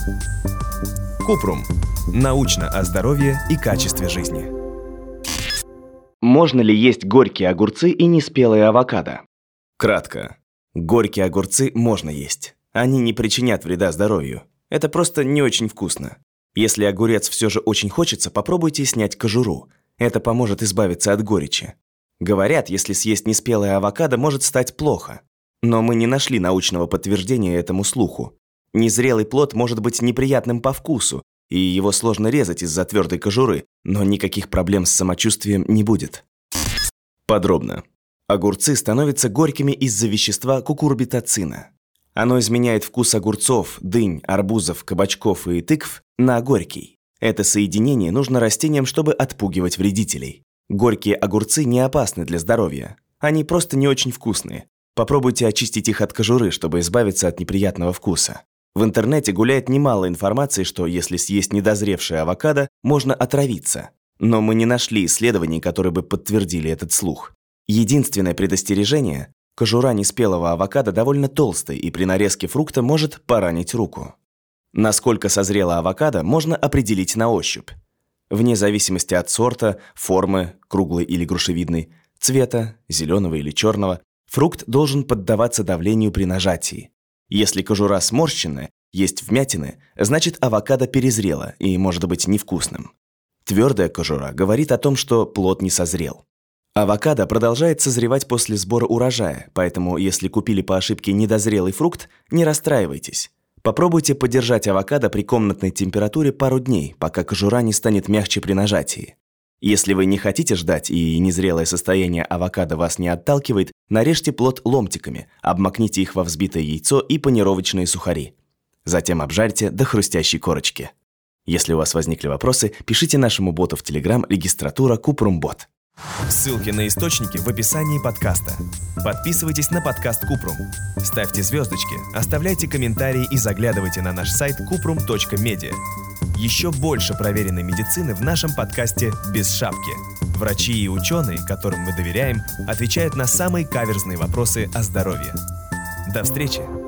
Купрум. Научно о здоровье и качестве жизни. Можно ли есть горькие огурцы и неспелые авокадо? Кратко. Горькие огурцы можно есть. Они не причинят вреда здоровью. Это просто не очень вкусно. Если огурец все же очень хочется, попробуйте снять кожуру. Это поможет избавиться от горечи. Говорят, если съесть неспелое авокадо, может стать плохо. Но мы не нашли научного подтверждения этому слуху. Незрелый плод может быть неприятным по вкусу, и его сложно резать из-за твердой кожуры, но никаких проблем с самочувствием не будет. Подробно. Огурцы становятся горькими из-за вещества кукурбитацина. Оно изменяет вкус огурцов, дынь, арбузов, кабачков и тыкв на горький. Это соединение нужно растениям, чтобы отпугивать вредителей. Горькие огурцы не опасны для здоровья. Они просто не очень вкусные. Попробуйте очистить их от кожуры, чтобы избавиться от неприятного вкуса. В интернете гуляет немало информации, что если съесть недозревшее авокадо, можно отравиться. Но мы не нашли исследований, которые бы подтвердили этот слух. Единственное предостережение – кожура неспелого авокадо довольно толстая и при нарезке фрукта может поранить руку. Насколько созрело авокадо, можно определить на ощупь. Вне зависимости от сорта, формы, круглый или грушевидный, цвета, зеленого или черного, фрукт должен поддаваться давлению при нажатии. Если кожура сморщенная, есть вмятины, значит авокадо перезрело и может быть невкусным. Твердая кожура говорит о том, что плод не созрел. Авокадо продолжает созревать после сбора урожая, поэтому если купили по ошибке недозрелый фрукт, не расстраивайтесь. Попробуйте подержать авокадо при комнатной температуре пару дней, пока кожура не станет мягче при нажатии. Если вы не хотите ждать и незрелое состояние авокадо вас не отталкивает, нарежьте плод ломтиками, обмакните их во взбитое яйцо и панировочные сухари. Затем обжарьте до хрустящей корочки. Если у вас возникли вопросы, пишите нашему боту в Telegram регистратура Купрумбот. Ссылки на источники в описании подкаста. Подписывайтесь на подкаст Купрум. Ставьте звездочки, оставляйте комментарии и заглядывайте на наш сайт kuprum.media. Еще больше проверенной медицины в нашем подкасте «Без шапки». Врачи и ученые, которым мы доверяем, отвечают на самые каверзные вопросы о здоровье. До встречи!